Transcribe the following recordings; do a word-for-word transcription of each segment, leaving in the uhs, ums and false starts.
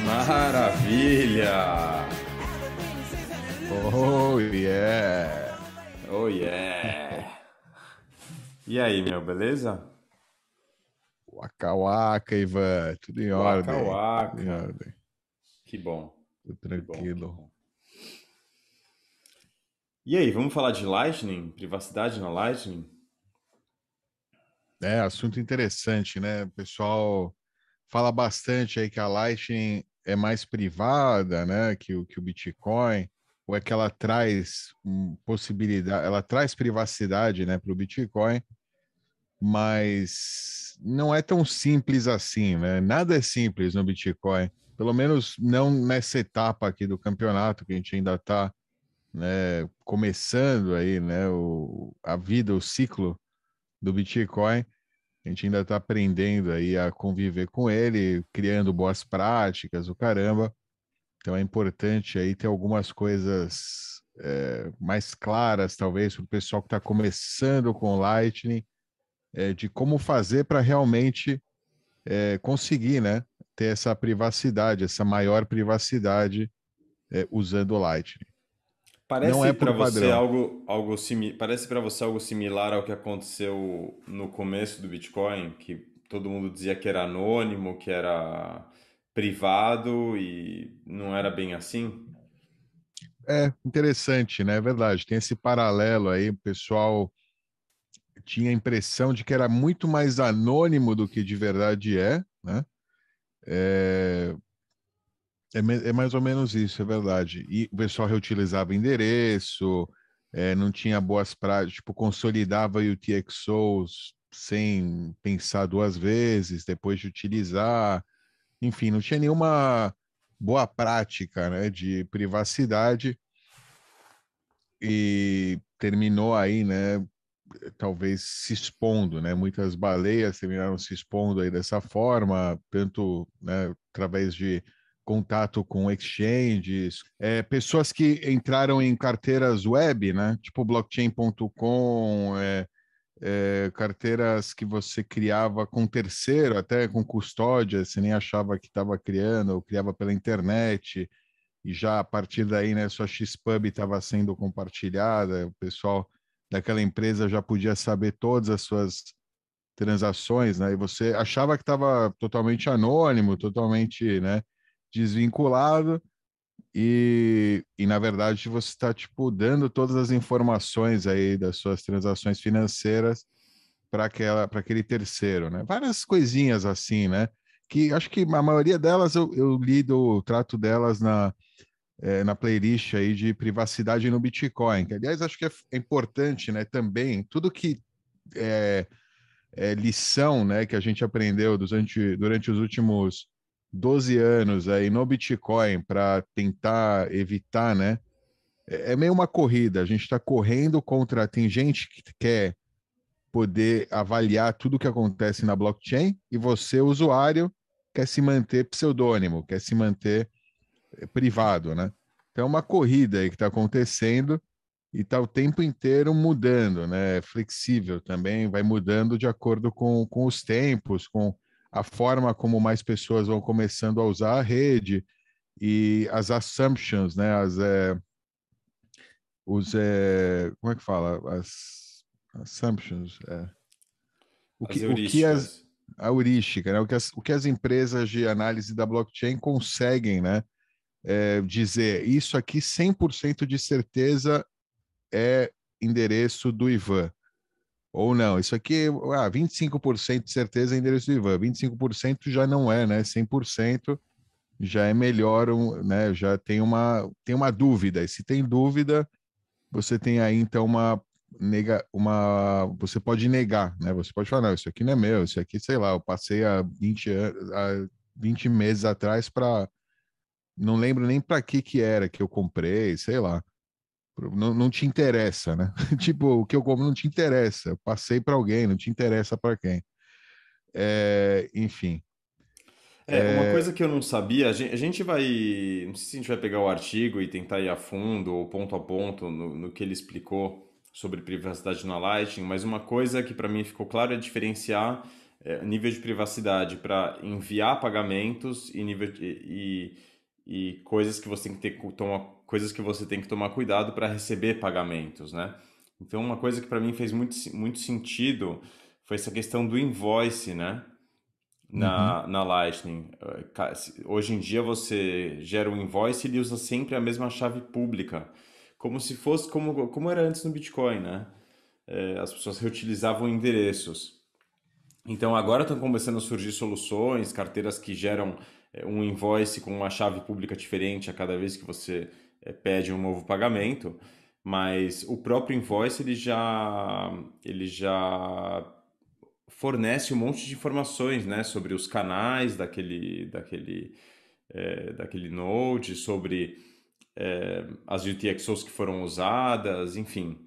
Maravilha! Oh, yeah! Oh yeah! E aí, meu, beleza? Waka waka, Ivan. Tudo em Waka ordem. Tudo em waka! ordem. Que bom, Tudo que bom, que tranquilo. bom. E aí, vamos falar de Lightning? Privacidade na Lightning? É, assunto interessante, né? O pessoal fala bastante aí que a Lightning é mais privada, né? Que o, que o Bitcoin. Ou é que ela traz hum, possibilidade, ela traz privacidade, né, para o Bitcoin, mas não é tão simples assim, né? Nada é simples no Bitcoin. Pelo menos não nessa etapa aqui do campeonato, que a gente ainda está, né, começando aí, né, o, a vida, o ciclo do Bitcoin. A gente ainda está aprendendo aí a conviver com ele, criando boas práticas, o caramba. Então é importante aí ter algumas coisas é, mais claras, talvez, para o pessoal que está começando com Lightning, é, de como fazer para realmente é, conseguir, né, ter essa privacidade, essa maior privacidade é, usando o Lightning. Não Parece é para por você padrão. algo, algo simi... Parece para você algo similar ao que aconteceu no começo do Bitcoin, que todo mundo dizia que era anônimo, que era privado e não era bem assim? É interessante, né? É verdade. Tem esse paralelo aí, o pessoal tinha a impressão de que era muito mais anônimo do que de verdade é, né? É, é, me- é mais ou menos isso, é verdade. E o pessoal reutilizava endereço, é, não tinha boas práticas, tipo, consolidava U T X Os sem pensar duas vezes, depois de utilizar. Enfim, não tinha nenhuma boa prática, né, de privacidade e terminou aí, né, talvez se expondo, né? Muitas baleias terminaram se expondo aí dessa forma, tanto, né, através de contato com exchanges, é, pessoas que entraram em carteiras web, né? Tipo blockchain ponto com, é, é, carteiras que você criava com terceiro, até com custódia, você nem achava que estava criando, ou criava pela internet, e já a partir daí, né, sua Xpub estava sendo compartilhada, o pessoal daquela empresa já podia saber todas as suas transações, né, e você achava que estava totalmente anônimo, totalmente, né, desvinculado, e, e na verdade você está, tipo, dando todas as informações aí das suas transações financeiras para aquela, para aquele terceiro, né? Várias coisinhas assim, né? Que acho que a maioria delas eu, eu lido, trato delas na, é, na playlist aí de privacidade no Bitcoin, que aliás acho que é, é importante, né? Também tudo que é, é lição, né? Que a gente aprendeu durante, durante os últimos doze anos aí no Bitcoin para tentar evitar, né? É, é meio uma corrida. A gente está correndo contra. Tem gente que quer poder avaliar tudo o que acontece na blockchain e você, usuário, quer se manter pseudônimo, quer se manter eh, privado, né? Então é uma corrida aí que está acontecendo e está o tempo inteiro mudando, né? É flexível também, vai mudando de acordo com, com os tempos, com a forma como mais pessoas vão começando a usar a rede e as assumptions, né? As, é, os, é, como é que fala? As assumptions, é, o As que, o que as, heurísticas. a heurística, né? O que as, o que as empresas de análise da blockchain conseguem, né? É, dizer isso aqui cem por cento de certeza é endereço do Ivan. Ou não, isso aqui, ah, vinte e cinco por cento de certeza é endereço do Ivan, vinte e cinco por cento já não é, né? cem por cento já é melhor, um, né? Já tem uma, tem uma dúvida. E se tem dúvida, você tem aí então uma nega, uma, você pode negar, né? Você pode falar, não, isso aqui não é meu, isso aqui, sei lá, eu passei há vinte anos, há vinte meses atrás para, não lembro nem para que que era que eu comprei, sei lá. Não, não te interessa, né? Tipo, o que eu compro não te interessa. Eu passei para alguém, não te interessa para quem. É, enfim. É, uma É, coisa que eu não sabia, a gen- a gente vai. Não sei se a gente vai pegar o artigo e tentar ir a fundo ou ponto a ponto no, no que ele explicou sobre privacidade na Lightning, mas uma coisa que para mim ficou claro é diferenciar é, nível de privacidade para enviar pagamentos e, nível de- e, e coisas que você tem que ter, cu- tomar, coisas que você tem que tomar cuidado para receber pagamentos, né? Então, uma coisa que para mim fez muito, se- muito sentido foi essa questão do invoice, né? Uhum. Na, na Lightning. Eh, ca- se- Hoje em dia você gera um invoice e ele usa sempre a mesma chave pública, como se fosse como, como era antes no Bitcoin, né? Eh, As pessoas reutilizavam endereços. Então agora estão começando a surgir soluções, carteiras que geram eh, um invoice com uma chave pública diferente a cada vez que você eh, pede um novo pagamento, mas o próprio invoice ele já ele já fornece um monte de informações, né, sobre os canais daquele daquele eh, daquele node, sobre eh, as U T X Os que foram usadas, enfim.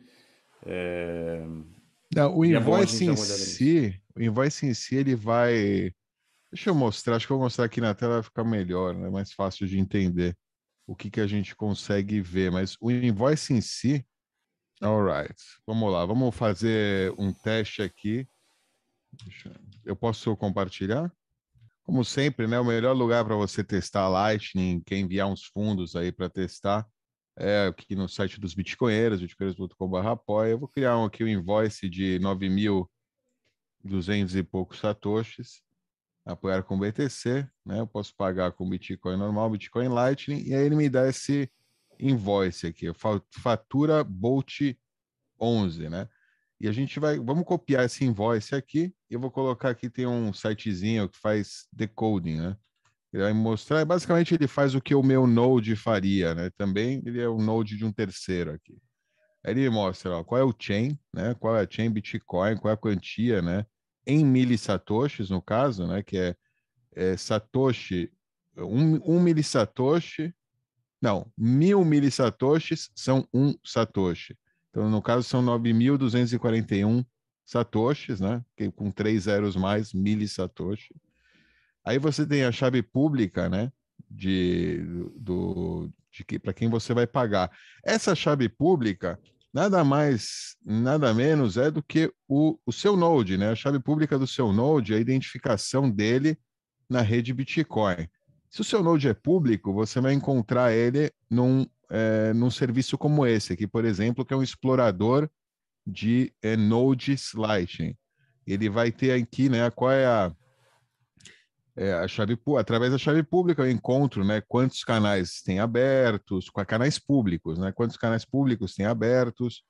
Eh, Não, o e é bom a gente invoice dar em uma olhada nisso. si, o invoice em si, ele vai. Deixa eu mostrar, acho que eu vou mostrar aqui na tela, vai ficar melhor, né? Mais fácil de entender o que que a gente consegue ver. Mas o invoice em si, alright, vamos lá, vamos fazer um teste aqui. Deixa eu eu posso compartilhar? Como sempre, né? O melhor lugar para você testar a Lightning, quer enviar uns fundos aí para testar, é aqui no site dos Bitcoinheiros, bitcoinheiros ponto com barra apoia. Eu vou criar um, aqui um invoice de nove mil duzentos e poucos satoshis, apoiar com B T C, né? Eu posso pagar com Bitcoin normal, Bitcoin Lightning, e aí ele me dá esse invoice aqui, fatura Bolt onze, né? E a gente vai, vamos copiar esse invoice aqui, e eu vou colocar aqui, tem um sitezinho que faz decoding, né? Ele vai me mostrar, basicamente ele faz o que o meu Node faria, né? Também ele é o Node de um terceiro aqui. Aí ele mostra ó, qual é o chain, né? Qual é a chain Bitcoin, qual é a quantia, né? Em milissatoshis, no caso, né? Que é, é Satoshi, um, um milissatoshi, não, mil milissatoshis são um satoshi. Então, no caso, são nove mil duzentos e quarenta e um satoshis, né? Que, com três zeros mais, milissatoshi. Aí você tem a chave pública, né? De, do, de que, para quem você vai pagar. Essa chave pública nada mais, nada menos é do que o, o seu Node, né? A chave pública do seu Node é a identificação dele na rede Bitcoin. Se o seu Node é público, você vai encontrar ele num, é, num serviço como esse aqui, por exemplo, que é um explorador de é, Nodes Lightning. Ele vai ter aqui, né? Qual é a é, a chave, através da chave pública eu encontro, né, quantos canais tem abertos, canais públicos, né, quantos canais públicos tem abertos,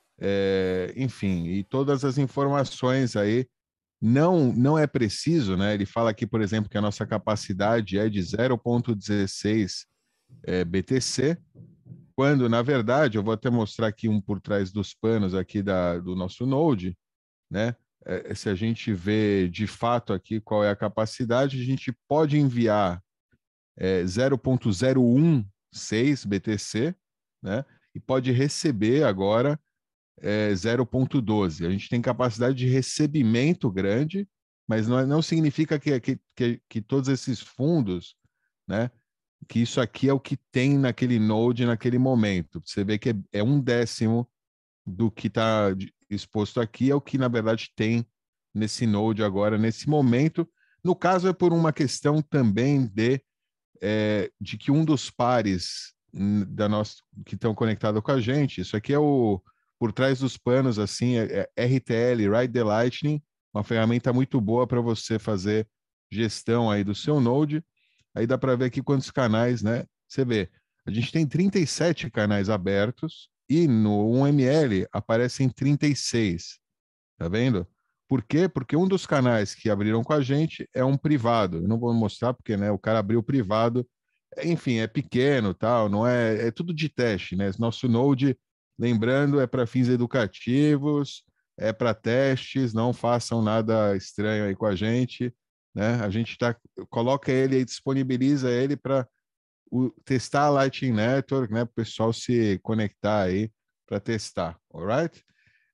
é, enfim, e todas as informações aí. Não, não é preciso, né? Ele fala aqui, por exemplo, que a nossa capacidade é de zero vírgula dezesseis é, B T C, quando, na verdade, eu vou até mostrar aqui um por trás dos panos aqui da, do nosso Node, né? É, se a gente vê de fato aqui qual é a capacidade, a gente pode enviar é, zero vírgula zero um seis B T C, né? E pode receber agora é, zero vírgula doze. A gente tem capacidade de recebimento grande, mas não, não significa que, que, que, que todos esses fundos, né? Que isso aqui é o que tem naquele node naquele momento. Você vê que é, é um décimo do que está exposto aqui, é o que na verdade tem nesse node agora, nesse momento. No caso, é por uma questão também de, é, de que um dos pares da nossa, que estão conectados com a gente, isso aqui é o por trás dos panos, assim, é, é R T L, Ride the Lightning, uma ferramenta muito boa para você fazer gestão aí do seu node. Aí dá para ver aqui quantos canais, né? Você vê, a gente tem trinta e sete canais abertos e no um M L aparecem trinta e seis. Tá vendo? Por quê? Porque um dos canais que abriram com a gente é um privado. Eu não vou mostrar porque, né, o cara abriu o privado. Enfim, é pequeno, tal, não é, é tudo de teste, né? Nosso Node, lembrando, é para fins educativos, é para testes, não façam nada estranho aí com a gente, né? A gente tá, coloca ele aí, disponibiliza ele para testar a Lightning Network, né? Para o pessoal se conectar aí para testar, alright?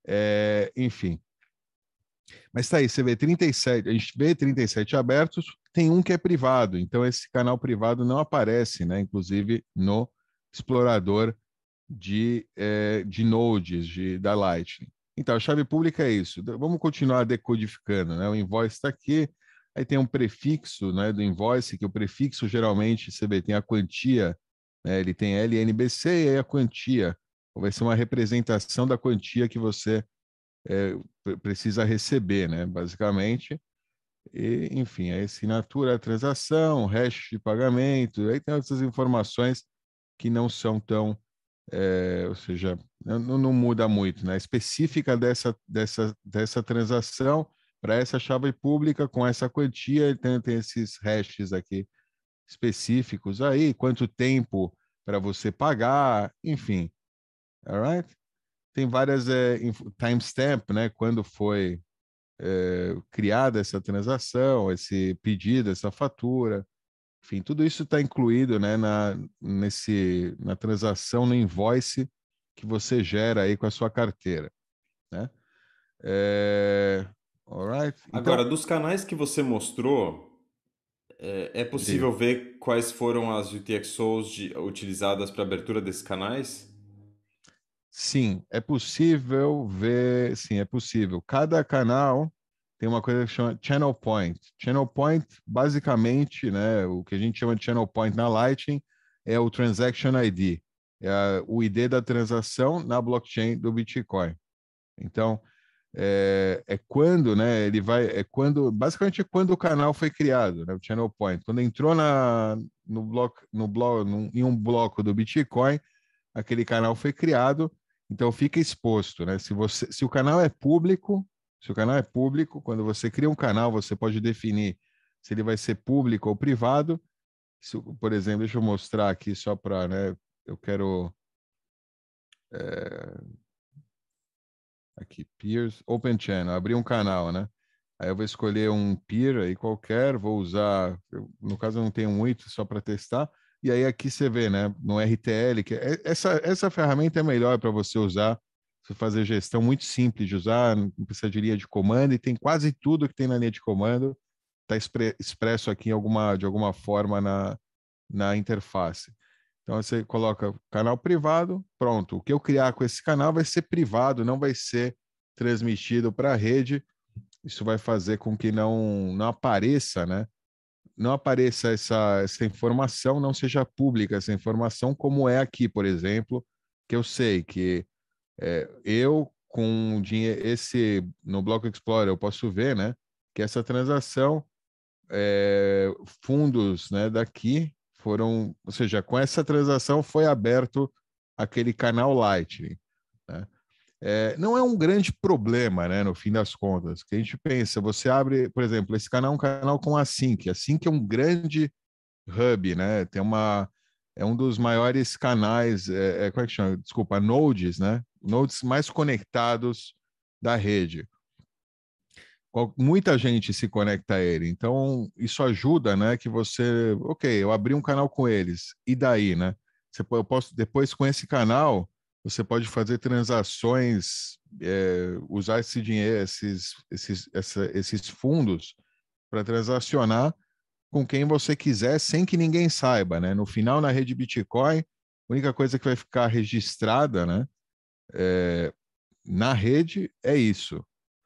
É, enfim. Mas tá aí, você vê trinta e sete, a gente vê trinta e sete abertos, tem um que é privado, então esse canal privado não aparece, né? Inclusive no explorador de, é, de nodes de, da Lightning. Então, a chave pública é isso. Vamos continuar decodificando, né? O invoice está aqui, aí tem um prefixo, né, do invoice, que o prefixo geralmente, você vê, tem a quantia, né, ele tem L N B C e aí a quantia. Vai ser uma representação da quantia que você é, precisa receber, né, basicamente. E, enfim, a assinatura, a transação, hash de pagamento, aí tem outras informações que não são tão, é, ou seja, não, não muda muito, né? Específica dessa, dessa, dessa transação para essa chave pública com essa quantia, ele tem, tem esses hashes aqui específicos aí, quanto tempo para você pagar, enfim, alright? Tem várias é, timestamp, né? Quando foi é, criada essa transação, esse pedido, essa fatura, enfim, tudo isso está incluído, né, na, nesse, na transação, no invoice que você gera aí com a sua carteira, né? É... Alright? Agora, Então, dos canais que você mostrou, é, é diga. possível ver quais foram as U T X Os de- utilizadas para abertura desses canais? Sim, é possível ver, sim, é possível. Cada canal tem uma coisa que chama channel point. Channel point, basicamente, né, o que a gente chama de channel point na Lightning é o transaction I D, é a- o I D da transação na blockchain do Bitcoin. Então, é, é quando, né, ele vai, é quando, basicamente é quando o canal foi criado, né, o channel point. Quando entrou na, no bloco, no bloco, num, em um bloco do Bitcoin, aquele canal foi criado, então fica exposto, né? Se você, se o canal é público, se o canal é público, quando você cria um canal, você pode definir se ele vai ser público ou privado. Se, por exemplo, deixa eu mostrar aqui só para, né? Eu quero é, aqui peers, open channel, abrir um canal, né? Aí eu vou escolher um peer aí qualquer, vou usar, eu, no caso eu não tenho muito, só para testar. E aí aqui você vê, né, no R T L, que é, essa, essa ferramenta é melhor para você usar, você fazer gestão muito simples de usar, não precisa de linha de comando, e tem quase tudo que tem na linha de comando, está expresso aqui em alguma, de alguma forma na, na interface. Então você coloca canal privado, pronto. O que eu criar com esse canal vai ser privado, não vai ser transmitido para a rede. Isso vai fazer com que não, não apareça, né? Não apareça essa, essa informação, não seja pública essa informação, como é aqui, por exemplo, que eu sei que é, eu com dinheiro, esse no Block Explorer eu posso ver, né? Que essa transação, é, fundos, né, daqui foram, ou seja, com essa transação foi aberto aquele canal Lightning, né? É, não é um grande problema, né, no fim das contas, que a gente pensa, você abre, por exemplo, esse canal é um canal com a Sync, a Sync é um grande hub, né, tem uma, é um dos maiores canais, é, é, como é que chama? Desculpa, nodes, né, nodes mais conectados da rede. Muita gente se conecta a ele, então isso ajuda, né, que você, ok, eu abri um canal com eles, e daí, né, você, eu posso, depois com esse canal, você pode fazer transações, é, usar esse dinheiro, esses, esses, essa, esses fundos para transacionar com quem você quiser, sem que ninguém saiba, né? No final, na rede Bitcoin, a única coisa que vai ficar registrada, né, é, na rede é isso.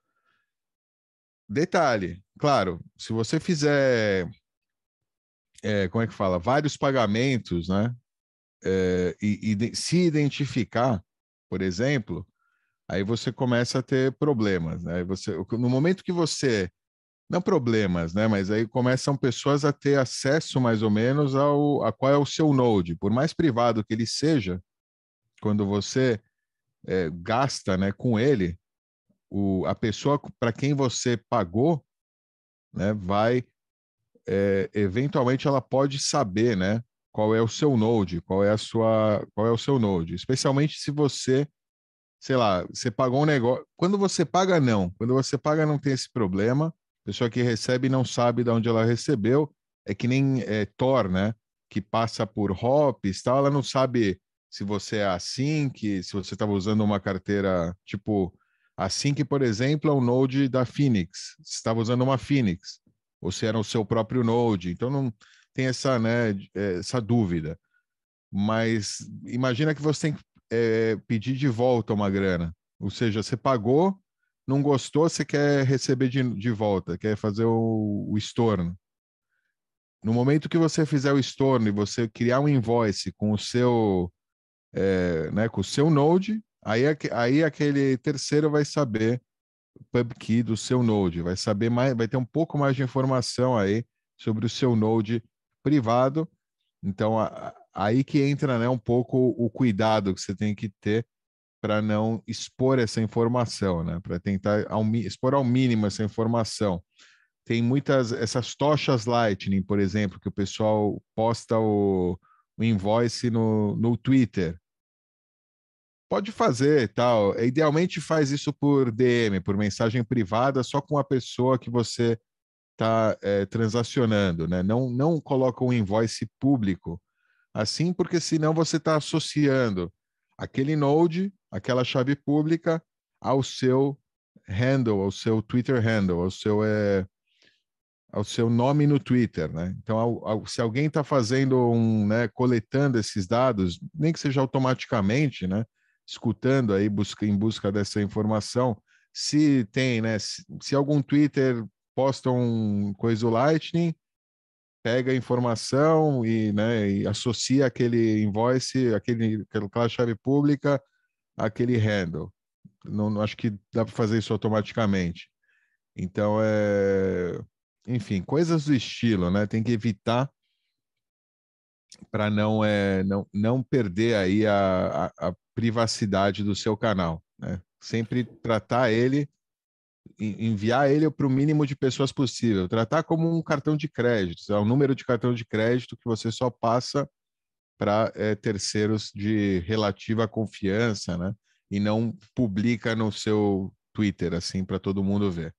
Detalhe, claro, se você fizer, é, como é que fala, vários pagamentos, né, é, e, e se identificar, por exemplo, aí você começa a ter problemas, né? Você, no momento que você, não problemas, né? Mas aí começam pessoas a ter acesso mais ou menos ao a qual é o seu node, por mais privado que ele seja, quando você é, gasta, né, com ele, o, a pessoa para quem você pagou, né, vai é, eventualmente ela pode saber, né, qual é o seu node, qual é a sua, qual é o seu node, especialmente se você, sei lá, você pagou um negócio. Quando você paga, não. Quando você paga, não tem esse problema. A pessoa que recebe não sabe de onde ela recebeu. É que nem é, Tor, né? Que passa por hops, tal. Ela não sabe se você é assim, que se você estava usando uma carteira tipo assim, que por exemplo é o Node da Phoenix. Você estava usando uma Phoenix, ou se era o seu próprio Node. Então não tem essa, né, essa dúvida. Mas imagina que você tem que é, pedir de volta uma grana. Ou seja, você pagou, não gostou, você quer receber de, de volta, quer fazer o, o estorno. No momento que você fizer o estorno e você criar um invoice com o seu, é, né, com o seu Node, aí, aí aquele terceiro vai saber o pubkey do seu Node, vai saber mais, vai ter um pouco mais de informação aí sobre o seu Node privado. Então, a, aí que entra, né, um pouco o cuidado que você tem que ter para não expor essa informação, né, para tentar ao, expor ao mínimo essa informação. Tem muitas, essas tochas Lightning, por exemplo, que o pessoal posta o, o invoice no, no Twitter. Pode fazer, tal. Idealmente faz isso por D M, por mensagem privada, só com a pessoa que você está é, transacionando, né? Não, não coloca um invoice público, assim, porque senão você está associando aquele node, aquela chave pública, ao seu handle, ao seu Twitter handle, ao seu é, ao seu nome no Twitter, né? Então, ao, ao, se alguém está fazendo um, né, coletando esses dados, nem que seja automaticamente, né, escutando aí busca, em busca dessa informação, se tem, né, se, se algum Twitter posta um coisa Lightning, pega a informação e, né, e associa aquele invoice, aquele, aquela chave pública, aquele handle. Não, não acho que dá para fazer isso automaticamente. Então, é... enfim, coisas do estilo, né? Tem que evitar para não, é, não, não perder aí a, a, a privacidade do seu canal, né? Sempre tratar ele, enviar ele para o mínimo de pessoas possível. Tratar como um cartão de crédito, é um número de cartão de crédito que você só passa para é, terceiros de relativa confiança, né? E não publica no seu Twitter, assim, para todo mundo ver.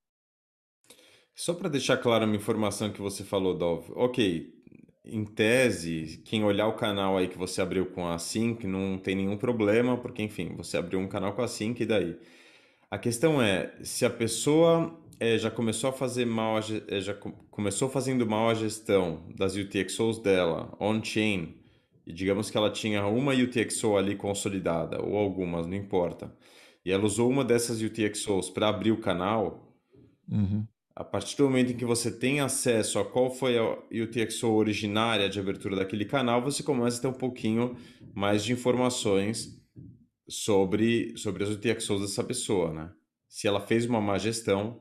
Só para deixar clara uma informação que você falou, Dov. Ok, em tese, quem olhar o canal aí que você abriu com a Sync não tem nenhum problema, porque enfim, você abriu um canal com a Sync e daí. A questão é, se a pessoa eh, já começou a fazer mal, a ge- eh, já co- começou fazendo mal a gestão das U T X Os dela on-chain, e digamos que ela tinha uma U T X O ali consolidada, ou algumas, não importa, e ela usou uma dessas U T X Os para abrir o canal. Uhum. A partir do momento em que você tem acesso a qual foi a U T X O originária de abertura daquele canal, você começa a ter um pouquinho mais de informações sobre, sobre as U T X Os dessa pessoa, né? Se ela fez uma má gestão.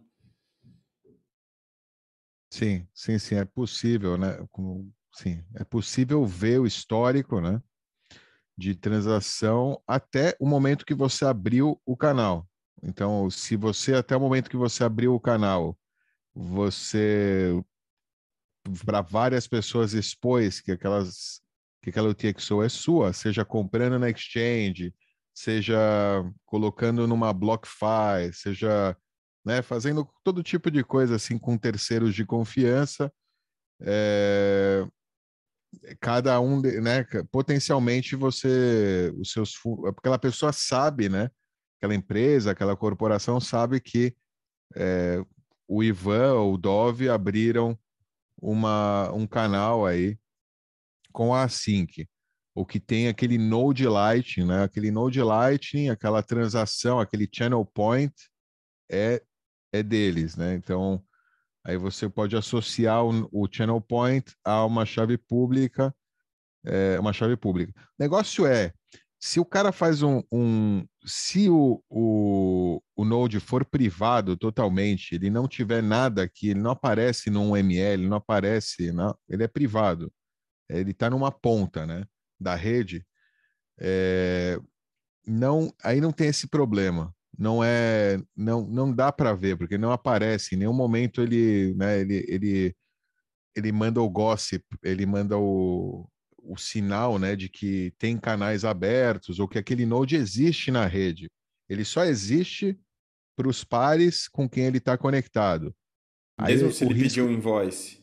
Sim, sim, sim, é possível, né? Como- sim, é possível ver o histórico, né, de transação até o momento que você abriu o canal. Então, se você até o momento que você abriu o canal, você para várias pessoas expôs que aquelas que aquela U T X O é sua, seja comprando na exchange, seja colocando numa BlockFi, seja, né, fazendo todo tipo de coisa assim com terceiros de confiança. É, cada um, de- né, potencialmente você, os seus, fu- aquela pessoa sabe, né, aquela empresa, aquela corporação sabe que é, o Ivan ou o Dove abriram uma, um canal aí com a Async, o que tem aquele Node Lightning, né, aquele Node Lightning, aquela transação, aquele channel point é, é deles, né, então aí você pode associar o, o channel point a uma chave pública, é uma chave pública. O negócio é, se o cara faz um, um se o, o, o Node for privado totalmente, ele não tiver nada aqui, ele não aparece num M L, ele não aparece, não, ele é privado, ele está numa ponta, né, da rede, é, não, aí não tem esse problema. Não é, não, não dá para ver, porque não aparece. Em nenhum momento ele, né, ele, ele ele manda o gossip, ele manda o, o sinal, né, de que tem canais abertos ou que aquele node existe na rede. Ele só existe para os pares com quem ele está conectado. Mesmo Aí se o ele pedir risco. um invoice.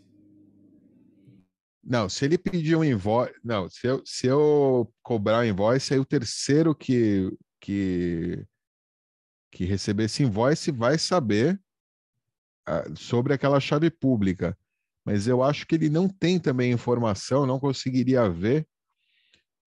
Não, se ele pedir um invoice. Não, se eu, se eu cobrar um invoice, aí o terceiro que, que, que receber esse invoice vai saber ah, sobre aquela chave pública. Mas eu acho que ele não tem também informação, não conseguiria ver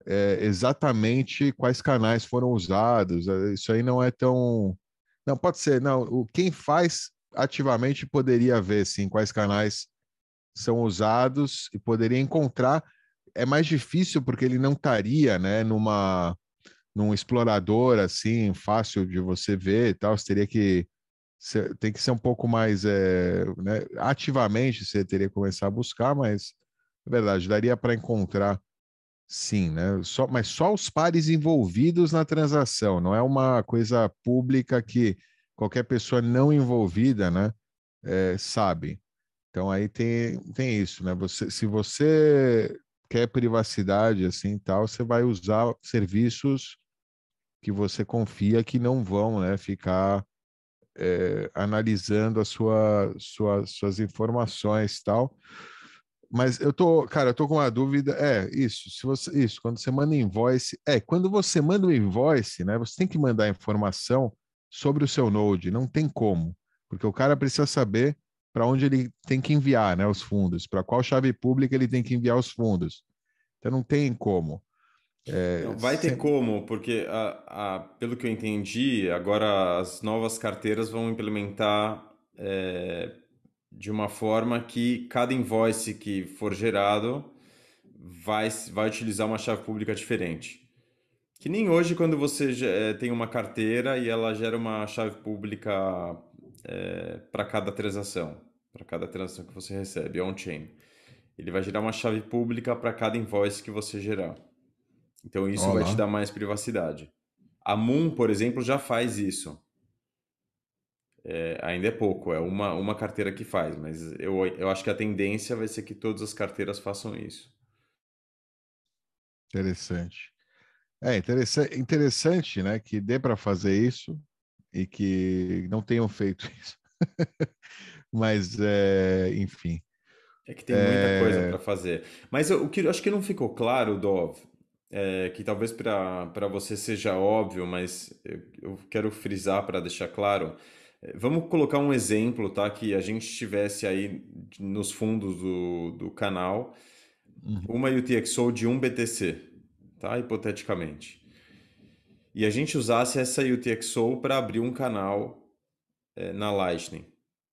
é, exatamente quais canais foram usados. É, isso aí não é tão. Não, pode ser. Não, o, quem faz ativamente poderia ver, sim, quais canais são usados e poderia encontrar. É mais difícil porque ele não estaria, né, numa, num explorador assim, fácil de você ver e tal. Você teria que ser, tem que ser um pouco mais, é, né, ativamente você teria que começar a buscar, mas é verdade, daria para encontrar. Sim, né? Só, mas só os pares envolvidos na transação, não é uma coisa pública que qualquer pessoa não envolvida, né, é, sabe. Então aí tem, tem isso, né? Você, se você quer privacidade assim tal, você vai usar serviços que você confia que não vão, né, ficar é, analisando a sua, sua, suas informações tal. Mas eu tô, cara, eu tô com uma dúvida. É, isso, se você, isso, quando você manda invoice, é, quando você manda um invoice, né, você tem que mandar informação sobre o seu Node, não tem como, porque o cara precisa saber para onde ele tem que enviar, né, os fundos, para qual chave pública ele tem que enviar os fundos. Então não tem como. É, Não, vai ter sem- como, porque a, a- pelo que eu entendi, agora as novas carteiras vão implementar é, de uma forma que cada invoice que for gerado vai, vai utilizar uma chave pública diferente. Que nem hoje quando você ge- eh, tem uma carteira e ela gera uma chave pública para cada transação, para cada transação que você recebe, on-chain. Ele vai gerar uma chave pública para cada invoice que você gerar. Então isso Ó vai te lá, dar mais privacidade. A Moon, por exemplo, já faz isso. É, ainda é pouco, é uma, uma carteira que faz, mas eu, eu acho que a tendência vai ser que todas as carteiras façam isso. interessante. É interessante, interessante, né, que dê para fazer isso e que não tenham feito isso. Mas, é, enfim. É que tem muita coisa É, para fazer. Mas eu- o que eu acho que não ficou claro, Dov, é que talvez para para você seja óbvio, mas eu, eu quero frisar para deixar claro. É, vamos colocar um exemplo, tá? Que a gente tivesse aí nos fundos do, do canal uhum, uma U T X O de um B T C, tá? Hipoteticamente. E a gente usasse essa U T X O para abrir um canal é, na Lightning.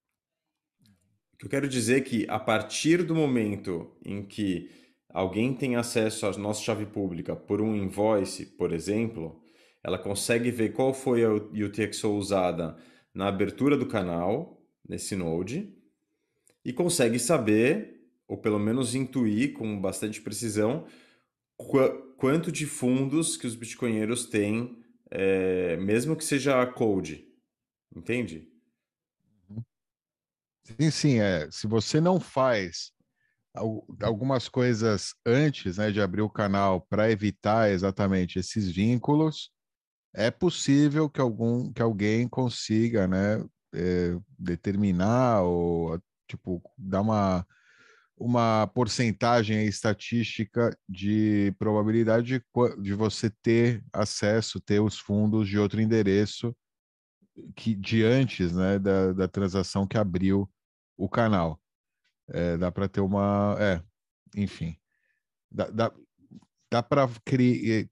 O que eu quero dizer é que a partir do momento em que alguém tem acesso à nossa chave pública por um invoice, por exemplo, ela consegue ver qual foi a U T X O usada na abertura do canal, nesse node, e consegue saber, ou pelo menos intuir com bastante precisão, qua- quanto de fundos que os bitcoinheiros têm, é, mesmo que seja code, entende? uhum. Sim, sim, é. Se você não faz al- algumas coisas antes, né, de abrir o canal para evitar exatamente esses vínculos, é possível que algum que alguém consiga, né, é, determinar ou tipo dar uma uma porcentagem aí estatística de probabilidade de, qua- de você ter acesso, ter os fundos de outro endereço que de antes, né, da, da transação que abriu o canal. É, dá para ter uma, é, enfim, dá, dá, dá para criar,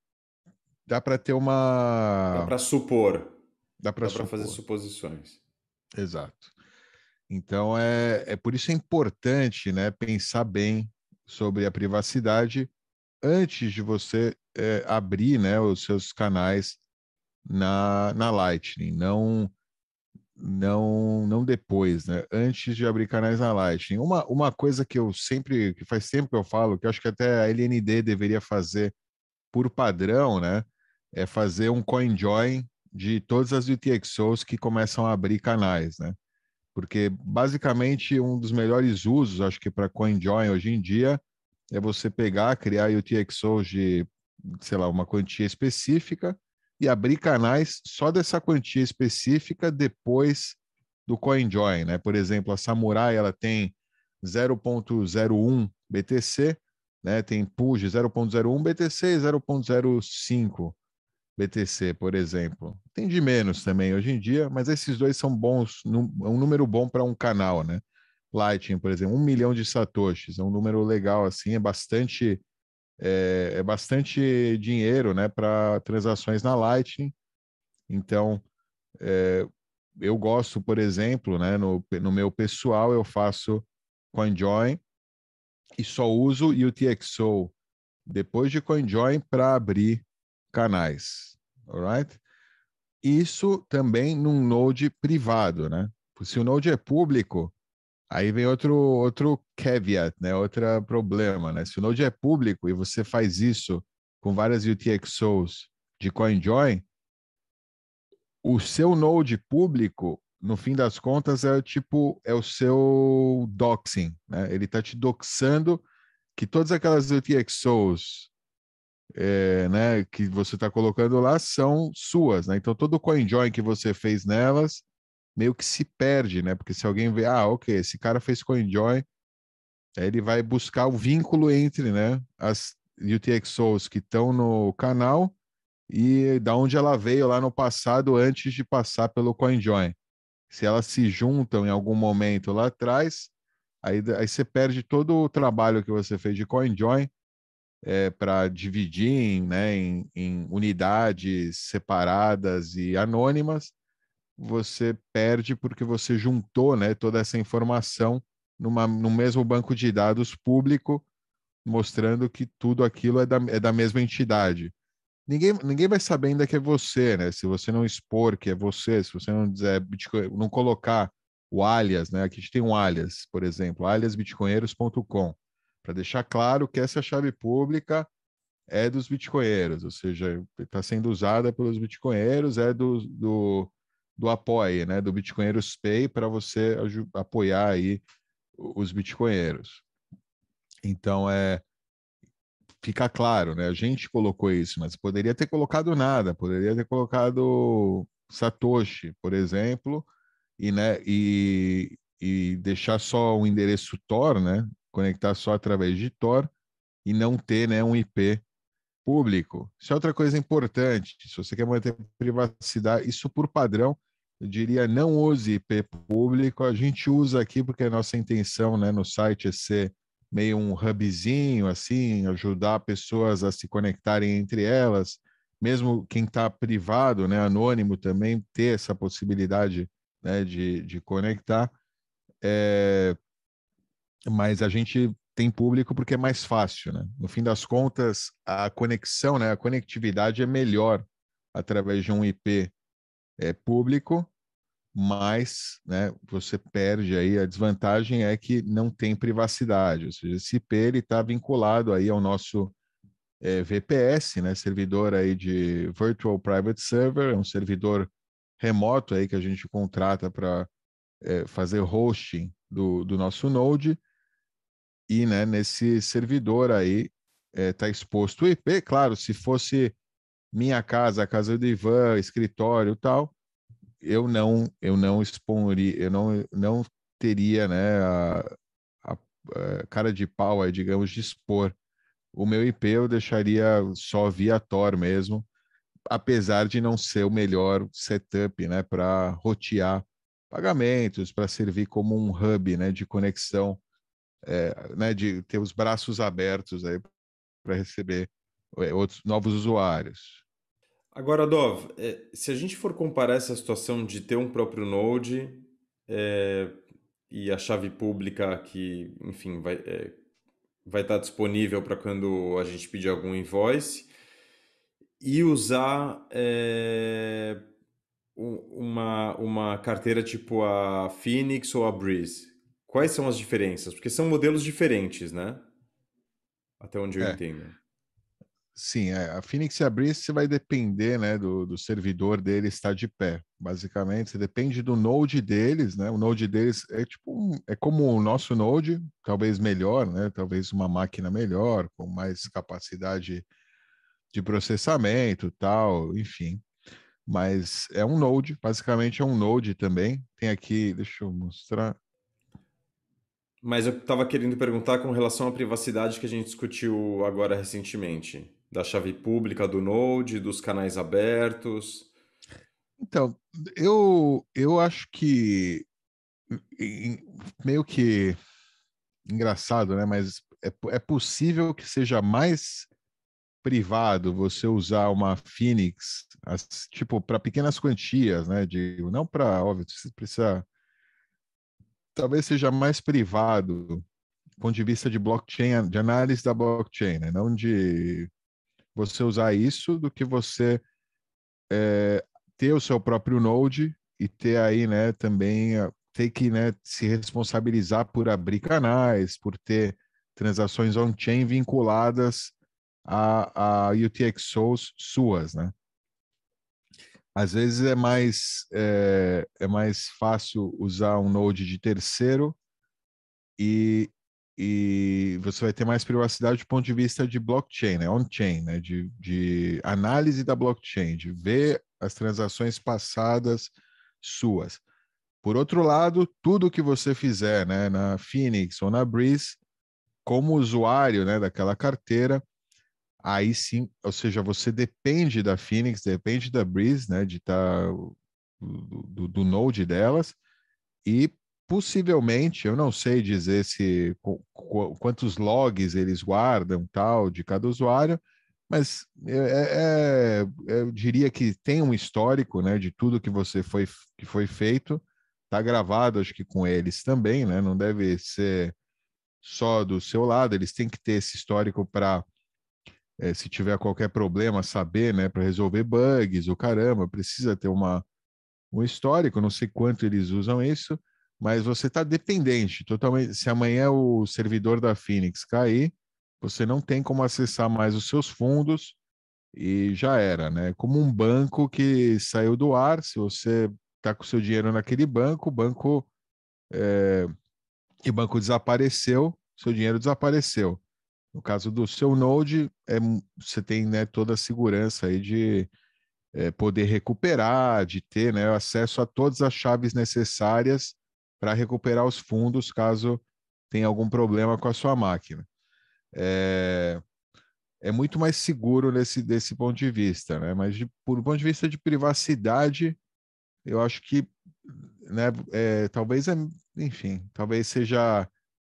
dá para ter Dá uma, para supor, dá para dá para fazer supor, suposições. exato. Então é, é por isso é importante, né, pensar bem sobre a privacidade antes de você é, abrir, né, os seus canais na, na Lightning, não não não depois, né? Antes de abrir canais na Lightning. Uma, uma coisa que eu sempre, que faz tempo que eu falo, que eu acho que até a L N D deveria fazer por padrão, né? É fazer um CoinJoin de todas as U T X Os que começam a abrir canais, né? Porque basicamente um dos melhores usos, acho que para CoinJoin hoje em dia, é você pegar, criar U T X Os de, sei lá, uma quantia específica e abrir canais só dessa quantia específica depois do CoinJoin, né? Por exemplo, a Samurai, ela tem zero ponto zero um B T C, né? Tem pool de zero ponto zero um B T C e zero ponto zero cinco B T C, por exemplo. Tem de menos também hoje em dia, mas esses dois são bons, é um número bom para um canal, né? Lightning, por exemplo, um milhão de satoshis, é um número legal assim, é bastante é, é bastante dinheiro, né, para transações na Lightning. Então, é, eu gosto, por exemplo, né, no, no meu pessoal, eu faço CoinJoin e só uso U T X O depois de CoinJoin para abrir canais, alright? Isso também num node privado, né? Se o node é público, aí vem outro outro caveat, né? Outro problema, né? Se o node é público e você faz isso com várias U T X Os de CoinJoin, o seu node público, no fim das contas, é o tipo, é o seu doxing, né? Ele está te doxando que todas aquelas U T X Os é, né, que você está colocando lá são suas, né? Então todo o CoinJoin que você fez nelas meio que se perde, né? Porque se alguém vê, ah, ok, esse cara fez CoinJoin, aí ele vai buscar o vínculo entre, né, as U T X Os que estão no canal e da onde ela veio lá no passado antes de passar pelo CoinJoin. Se elas se juntam em algum momento lá atrás, aí, aí você perde todo o trabalho que você fez de CoinJoin é, para dividir em, né, em, em unidades separadas e anônimas, você perde porque você juntou, né, toda essa informação numa, no mesmo banco de dados público, mostrando que tudo aquilo é da, é da mesma entidade. Ninguém, ninguém vai saber ainda que é você, né? Se você não expor que é você, se você não dizer Bitcoin, não colocar o alias, né? Aqui a gente tem um alias, por exemplo, alias bitcoinheiros ponto com, para deixar claro que essa chave pública é dos bitcoinheiros, ou seja, está sendo usada pelos bitcoinheiros, é do, do, do apoie, né? Do Bitcoinheiros Pay para você apoiar aí os bitcoinheiros. Então, é, fica claro, né? A gente colocou isso, mas poderia ter colocado nada, poderia ter colocado Satoshi, por exemplo, e, né, e, e deixar só o endereço Tor, né? Conectar só através de Tor e não ter, né, um I P público. Isso é outra coisa importante. Se você quer manter privacidade, isso por padrão, eu diria não use I P público. A gente usa aqui porque a nossa intenção, né, no site é ser meio um hubzinho, assim, ajudar pessoas a se conectarem entre elas, mesmo quem está privado, né, anônimo também, ter essa possibilidade, né, de, de conectar. É, mas a gente tem público porque é mais fácil, né? No fim das contas, a conexão, né, a conectividade é melhor através de um I P é, público, mas, né, você perde aí, a desvantagem é que não tem privacidade, ou seja, esse I P ele está vinculado aí ao nosso é, V P S, né, servidor aí de Virtual Private Server, é um servidor remoto aí que a gente contrata para é, fazer hosting do, do nosso Node, e, né, nesse servidor aí está é, exposto o I P. Claro, se fosse minha casa, a casa do Ivan, escritório e tal, eu não, eu não exporia, eu não, não teria, né, a, a, a cara de pau, aí, digamos, de expor o meu I P, eu deixaria só via Tor mesmo, apesar de não ser o melhor setup, né, para rotear pagamentos, para servir como um hub, né, de conexão, é, né, de ter os braços abertos aí para receber é, outros novos usuários. Agora, Dov, é, se a gente for comparar essa situação de ter um próprio Node é, e a chave pública que, enfim, vai, é, vai estar disponível para quando a gente pedir algum invoice, e usar é, u- uma, uma carteira tipo a Phoenix ou a Breeze. Quais são as diferenças? Porque são modelos diferentes, né? Até onde eu É, entendo. sim, é, a Phoenix e a Breeze vai depender, né, do, do servidor dele estar de pé. Basicamente, você depende do node deles, né? O node deles é tipo um, é como o nosso node, talvez melhor, né? Talvez uma máquina melhor, com mais capacidade de processamento, tal, enfim. Mas é um node, basicamente é um node também. Tem aqui, deixa eu mostrar. Mas eu estava querendo perguntar com relação à privacidade que a gente discutiu agora recentemente, da chave pública do Node, dos canais abertos. Então, eu, eu acho que em- meio que engraçado, né? Mas é, é possível que seja mais privado você usar uma Phoenix, as, tipo, para pequenas quantias, né? De, não para, óbvio, você precisa. Talvez seja mais privado, do ponto de vista de blockchain, de análise da blockchain, né? Não de você usar isso, do que você é, ter o seu próprio node e ter aí, né, também ter que, né, se responsabilizar por abrir canais, por ter transações on-chain vinculadas a, a U T X Os suas, né? Às vezes é mais, é, é mais fácil usar um node de terceiro e, e você vai ter mais privacidade do ponto de vista de blockchain, né? On-chain, né? De, de análise da blockchain, de ver as transações passadas suas. Por outro lado, tudo que você fizer, né, na Phoenix ou na Breeze, como usuário, né, daquela carteira, aí sim, ou seja, você depende da Phoenix, depende da Breeze, né, de estar tá, do, do, do node delas, e possivelmente, eu não sei dizer se qu quantos logs eles guardam, tal, de cada usuário, mas é, é, é, eu diria que tem um histórico, né, de tudo que você foi que foi feito, tá gravado, acho que com eles também, né, não deve ser só do seu lado, eles têm que ter esse histórico para é, se tiver qualquer problema, saber, né, para resolver bugs, o caramba, precisa ter uma, um histórico, não sei quanto eles usam isso, mas você está dependente totalmente. Se amanhã o servidor da Phoenix cair, você não tem como acessar mais os seus fundos e já era, né? Como um banco que saiu do ar, se você está com seu dinheiro naquele banco, o banco, é, e o banco desapareceu, seu dinheiro desapareceu. No caso do seu Node, é, você tem, né, toda a segurança aí de é, poder recuperar, de ter, né, acesso a todas as chaves necessárias para recuperar os fundos caso tenha algum problema com a sua máquina. É, é muito mais seguro nesse desse ponto de vista, né? Mas de, por ponto de vista de privacidade, eu acho que, né, é, talvez, é, enfim, talvez seja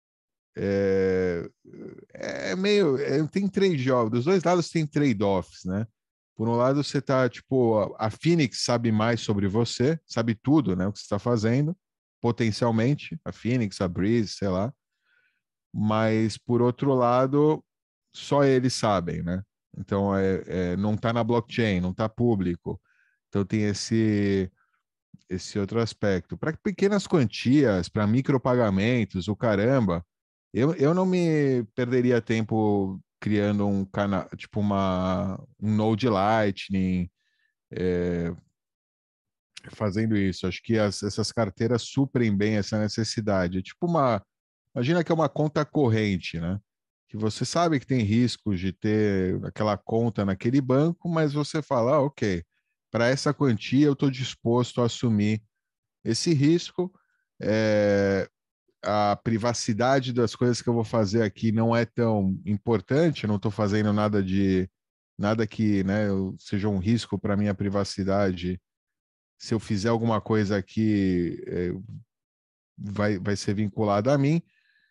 é, é meio. É, tem trade-off. Dos dois lados tem trade-offs, né? Por um lado, você tá, tipo, a Phoenix sabe mais sobre você, sabe tudo, né? O que você está fazendo, potencialmente, a Phoenix, a Breeze, sei lá. Mas, por outro lado, só eles sabem, né? Então, é, é, não está na blockchain, não está público. Então, tem esse, esse outro aspecto. Para pequenas quantias, para micropagamentos, o caramba, eu, eu não me perderia tempo criando um canal, tipo uma, um Node Lightning, é, fazendo isso. Acho que as, essas carteiras suprem bem essa necessidade. É tipo uma, imagina que é uma conta corrente, né? Que você sabe que tem riscos de ter aquela conta naquele banco, mas você fala, ah, ok, para essa quantia eu estou disposto a assumir esse risco. É, a privacidade das coisas que eu vou fazer aqui não é tão importante, eu não estou fazendo nada de nada que, né, seja um risco para minha privacidade. Se eu fizer alguma coisa aqui, é, vai, vai ser vinculado a mim.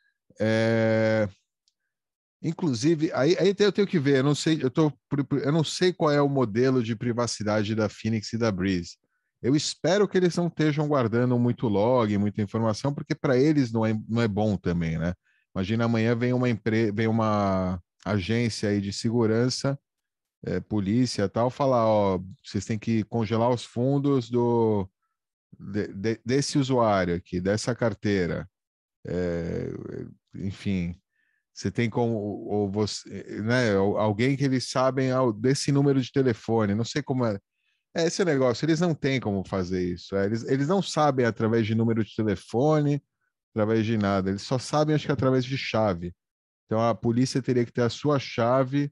É, inclusive, aí, aí eu tenho que ver, eu não sei, eu, tô, eu não sei qual é o modelo de privacidade da Phoenix e da Breeze. Eu espero que eles não estejam guardando muito log, muita informação, porque para eles não é, não é bom também, né? Imagina amanhã vem uma empresa, vem uma agência aí de segurança, é, polícia e tal, falar, ó, vocês têm que congelar os fundos do, de, de, desse usuário aqui, dessa carteira. É, enfim, você tem como, ou você, né, alguém que eles sabem desse número de telefone, não sei como é. É esse negócio, eles não têm como fazer isso. É, eles, eles não sabem através de número de telefone, através de nada. Eles só sabem, acho que através de chave. Então a polícia teria que ter a sua chave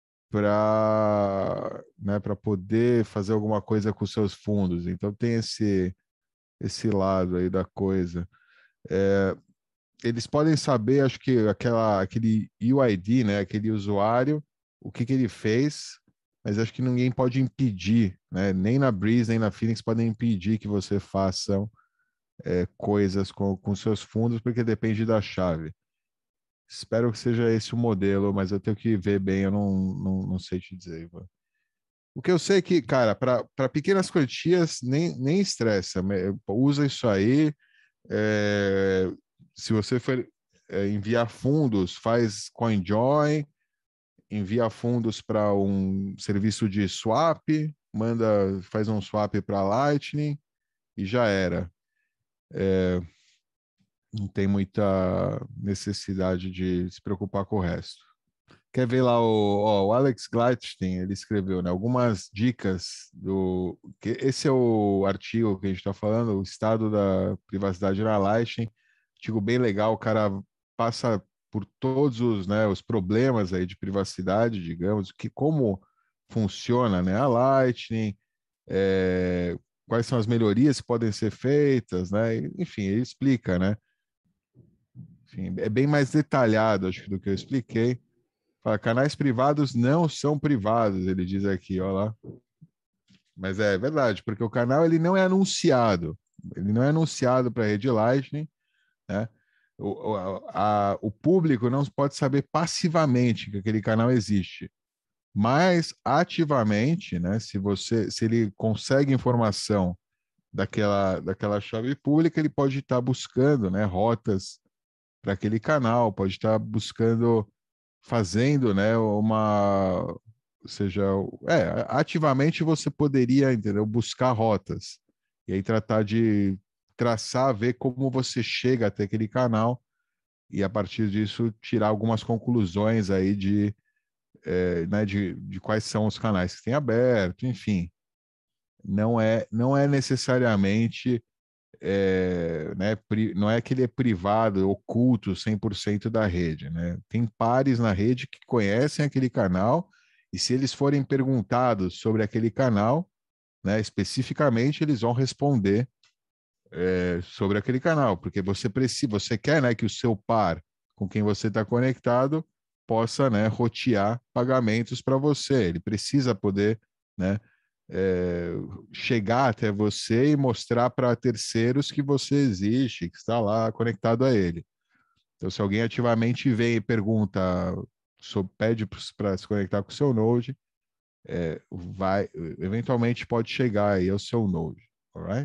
para, né, para poder fazer alguma coisa com seus fundos. Então tem esse, esse lado aí da coisa. É, eles podem saber, acho que aquela, aquele U I D, né, aquele usuário, o que que ele fez, mas acho que ninguém pode impedir, né, nem na Breeze, nem na Phoenix podem impedir que você faça é, coisas com, com seus fundos, porque depende da chave. Espero que seja esse o modelo, mas eu tenho que ver bem, eu não, não, não sei te dizer, Ivan. O que eu sei é que, cara, para pequenas quantias, nem, nem estressa. me- Usa isso aí. é, Se você for é, enviar fundos, faz CoinJoin, envia fundos para um serviço de swap, manda, faz um swap para Lightning e já era. Não tem muita necessidade de se preocupar com o resto. Quer ver lá o, ó, o Alex Gladstein, ele escreveu, né, algumas dicas do... que esse é o artigo que a gente está falando, o estado da privacidade na Lightning, artigo bem legal, o cara passa por todos os, né, os problemas aí de privacidade, digamos, que como funciona, né, a Lightning, é, quais são as melhorias que podem ser feitas, né, enfim, ele explica, né, enfim, é bem mais detalhado, acho que do que eu expliquei. Fala, canais privados não são privados, ele diz aqui, ó lá. Mas é verdade, porque o canal ele não é anunciado. Ele não é anunciado para a rede Lightning, né? O, o, a, o público não pode saber passivamente que aquele canal existe, mas ativamente, né? Se você, se ele consegue informação daquela, daquela chave pública, ele pode estar buscando, né? Rotas para aquele canal, pode estar buscando fazendo, né, uma, ou seja, é, ativamente você poderia, entendeu, buscar rotas e aí tratar de traçar, ver como você chega até aquele canal e a partir disso tirar algumas conclusões aí de, é, né, de, de quais são os canais que tem aberto, enfim, não é, não é necessariamente é, né, pri, não é que ele é privado, oculto cem por cento da rede, né? Tem pares na rede que conhecem aquele canal e se eles forem perguntados sobre aquele canal, né, especificamente, eles vão responder é, sobre aquele canal, porque você precisa, você quer, né, que o seu par com quem você está conectado possa, né, rotear pagamentos para você. Ele precisa poder, né, é, chegar até você e mostrar para terceiros que você existe, que está lá conectado a ele. Então, se alguém ativamente vem e pergunta, so, pede para se conectar com o seu Node, é, vai, eventualmente pode chegar aí ao seu Node, alright?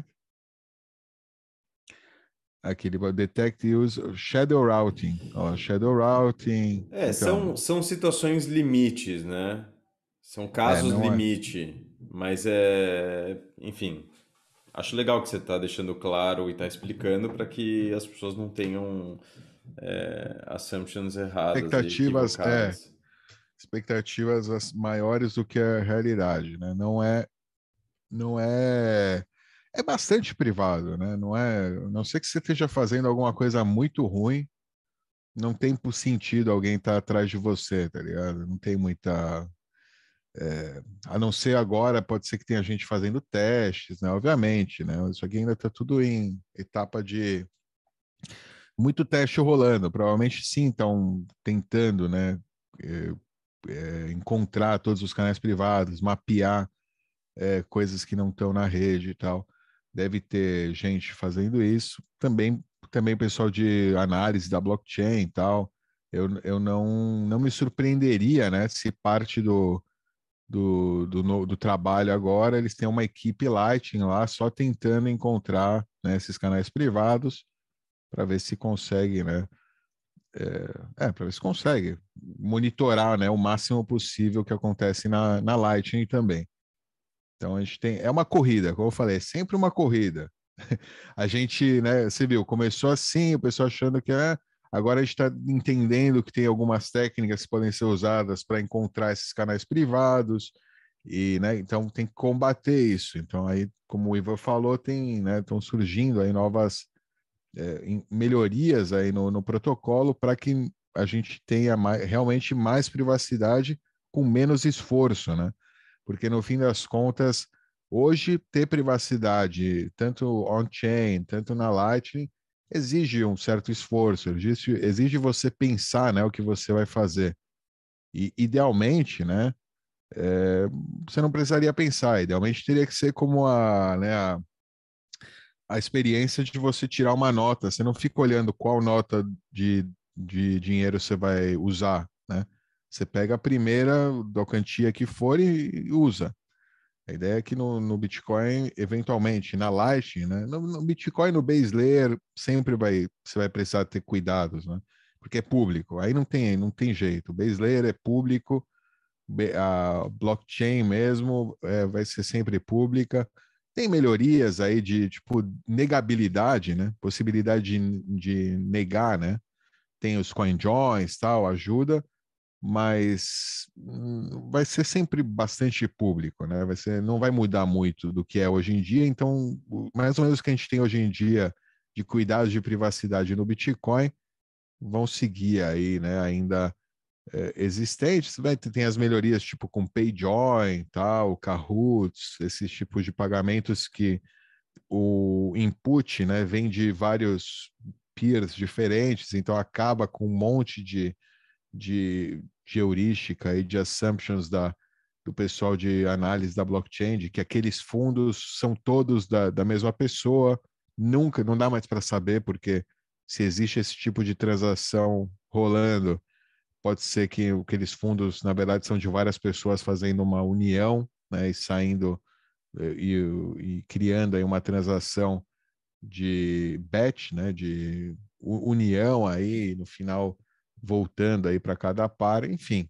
Aqui ele vai detect use shadow routing, ó, shadow routing, É, então, são, são situações limites, né? São é, casos não é, limite, mas é, enfim, acho legal que você está deixando claro e está explicando para que as pessoas não tenham é, assumptions erradas e expectativas, é, equivocadas. expectativas as maiores do que a realidade, né? Não é, não é, é bastante privado, né? Não é, a não ser que você esteja fazendo alguma coisa muito ruim, não tem por sentido alguém estar atrás de você, tá ligado? Não tem muita, é, a não ser agora, pode ser que tenha gente fazendo testes, né? Obviamente, né? Isso aqui ainda está tudo em etapa de muito teste rolando. Provavelmente sim, estão tentando, né? é, é, encontrar todos os canais privados, mapear é, coisas que não estão na rede e tal. Deve ter gente fazendo isso. Também, também pessoal de análise da blockchain e tal. Eu, eu não, não me surpreenderia, né, se parte do, do, do, no- do trabalho agora eles têm uma equipe Lightning lá só tentando encontrar, né, esses canais privados para ver se consegue, né, é, é para ver se consegue monitorar, né, o máximo possível o que acontece na, na Lightning também. Então a gente tem, é uma corrida, como eu falei, é sempre uma corrida. A gente, né, você viu, começou assim, o pessoal achando que é, agora a gente está entendendo que tem algumas técnicas que podem ser usadas para encontrar esses canais privados e, né, então tem que combater isso. Então aí, como o Ivan falou, tem, né, estão surgindo aí novas é, em- melhorias aí no, no protocolo para que a gente tenha mais, realmente mais privacidade com menos esforço, né? Porque no fim das contas, hoje ter privacidade, tanto on-chain, tanto na Lightning, exige um certo esforço, exige, exige você pensar, né, o que você vai fazer. E idealmente, né, é, você não precisaria pensar, idealmente teria que ser como a, né, a, a experiência de você tirar uma nota, você não fica olhando qual nota de de dinheiro você vai usar, né? Você pega a primeira da quantia que for e, e usa. A ideia é que no, no Bitcoin, eventualmente, na Lightning, né? No, no Bitcoin, no Base Layer, sempre vai, você vai precisar ter cuidados, né? Porque é público. Aí não tem, não tem jeito. O Base Layer é público, a blockchain mesmo é, vai ser sempre pública. Tem melhorias aí de tipo negabilidade, né? Possibilidade de, de negar, né? Tem os CoinJoins, tal, ajuda, mas hum, vai ser sempre bastante público, né? Vai ser, não vai mudar muito do que é hoje em dia. Então, mais ou menos o que a gente tem hoje em dia de cuidados de privacidade no Bitcoin vão seguir aí, né? Ainda é, existentes. Vai ter, tem as melhorias tipo com PayJoin, tal, Kahoots, esses tipos de pagamentos que o input, né, vem de vários peers diferentes, então acaba com um monte de, de, de heurística e de assumptions da, do pessoal de análise da blockchain, de que aqueles fundos são todos da, da mesma pessoa. Nunca, não dá mais para saber, porque se existe esse tipo de transação rolando, pode ser que aqueles fundos, na verdade, são de várias pessoas fazendo uma união, né, e saindo e, e criando aí uma transação de bet, né, de união aí, no final voltando aí para cada par, enfim.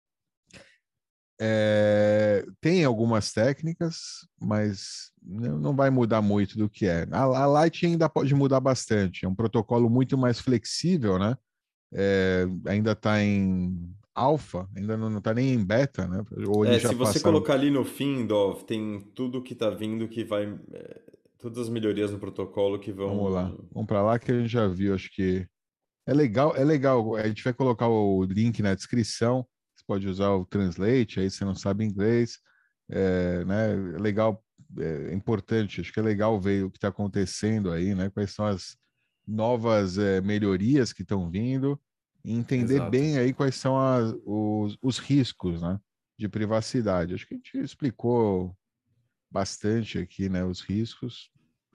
É, tem algumas técnicas, mas não vai mudar muito do que é. A, a Light ainda pode mudar bastante, é um protocolo muito mais flexível, né? É, ainda está em alfa, ainda não está nem em beta, né? Ou É, eles já se você passaram. colocar ali no fim, Dov, tem tudo que tá vindo que vai. É, todas as melhorias no protocolo que Vamos lá, vão. vamos para lá que a gente já viu, acho que é legal, é legal. A gente vai colocar o link na descrição. Você pode usar o Translate, aí você não sabe inglês, é, né? É legal, é importante. Acho que é legal ver o que está acontecendo aí, né? Quais são as novas é, melhorias que estão vindo e entender Exato. bem aí quais são as, os, os riscos, né? De privacidade. Acho que a gente explicou bastante aqui, né? Os riscos.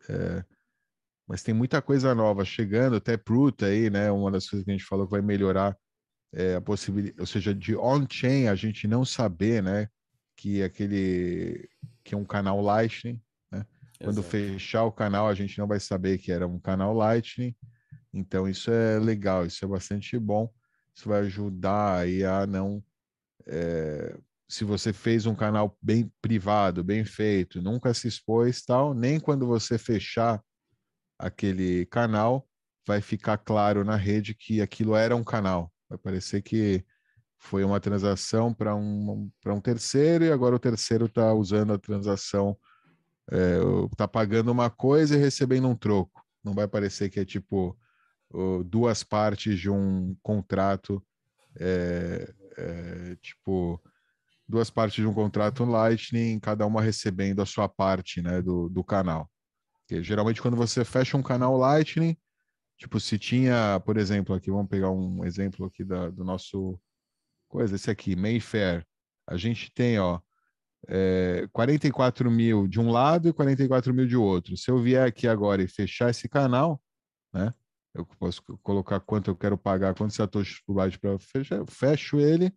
Mas tem muita coisa nova chegando, até Proof aí, né? Uma das coisas que a gente falou que vai melhorar é a possibilidade, ou seja, de on-chain a gente não saber, né? Que aquele que é um canal Lightning, né? Quando Exato. fechar o canal, a gente não vai saber que era um canal Lightning. Então, isso é legal, isso é bastante bom. Isso vai ajudar aí a não. É, se você fez um canal bem privado, bem feito, nunca se expôs, tal, nem quando você fechar aquele canal, vai ficar claro na rede que aquilo era um canal. Vai parecer que foi uma transação para um, para um terceiro e agora o terceiro está usando a transação, está é, pagando uma coisa e recebendo um troco. Não vai parecer que é tipo uh, duas partes de um contrato, é, é, tipo duas partes de um contrato Lightning, cada uma recebendo a sua parte, né, do, do canal. Porque, geralmente quando você fecha um canal Lightning, tipo, se tinha, por exemplo, aqui, vamos pegar um exemplo aqui da, do nosso coisa, esse aqui, Mayfair. A gente tem, ó, é, quarenta e quatro mil de um lado e quarenta e quatro mil de outro. Se eu vier aqui agora e fechar esse canal, né? Eu posso colocar quanto eu quero pagar, quantos satoshis por byte para fechar, eu fecho ele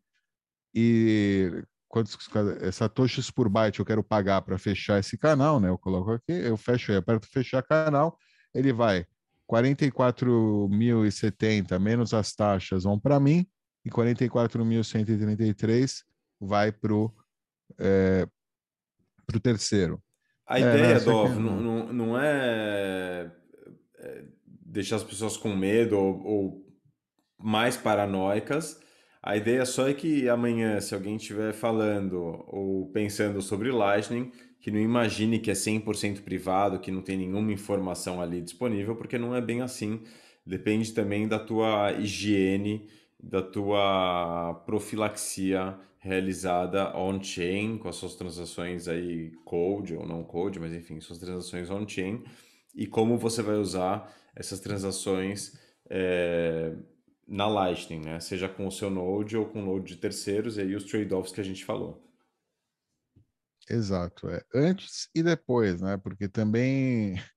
e quantos satoshis por byte eu quero pagar para fechar esse canal, né? Eu coloco aqui, eu fecho aí, aperto fechar canal, ele vai quarenta e quatro mil e setenta menos as taxas vão para mim e quarenta e quatro mil cento e trinta e três vai para o é, pro terceiro. A É, né? ideia, Isso aqui Dov, não, não. não, não é, é deixar as pessoas com medo ou, ou mais paranoicas. A ideia só é que amanhã, se alguém estiver falando ou pensando sobre Lightning, que não imagine que é cem por cento privado, que não tem nenhuma informação ali disponível, porque não é bem assim. Depende também da tua higiene, da tua profilaxia realizada on-chain, com as suas transações aí code ou não code, mas enfim, suas transações on-chain, e como você vai usar essas transações é, na Lightning, né? Seja com o seu Node ou com o Node de terceiros, e aí os trade-offs que a gente falou. Exato, é antes e depois, né? Porque também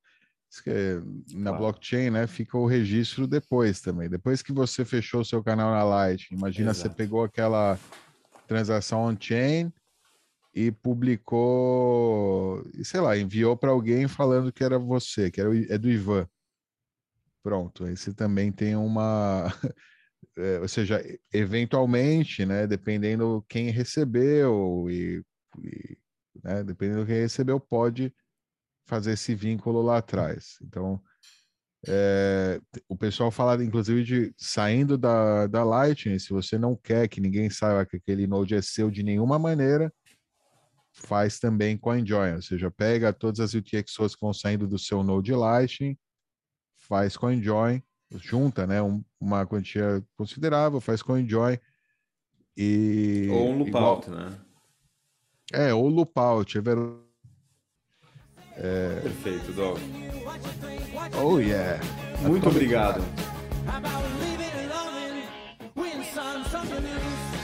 Isso que é- na Claro. blockchain, né, fica o registro depois também. Depois que você fechou o seu canal na Lightning, imagina você Exato. pegou aquela transação on-chain e publicou, e sei lá, enviou para alguém falando que era você, que era o- é do Ivan. Pronto, aí você também tem uma, é, ou seja, eventualmente, né, dependendo quem recebeu e, e, né, dependendo quem recebeu, pode fazer esse vínculo lá atrás. Então, é, o pessoal fala, inclusive, de saindo da, da Lightning, se você não quer que ninguém saiba que aquele node é seu de nenhuma maneira, faz também CoinJoin, ou seja, pega todas as U T X Os que vão saindo do seu node Lightning, faz CoinJoin, junta, né, um, uma quantia considerável, faz CoinJoin Ou e um igual, loopout, né? é, ou Loopout, é ver... Perfeito, Doc. Oh yeah, Muito Atomic obrigado. Habits. How about leaving it alone when sun something new?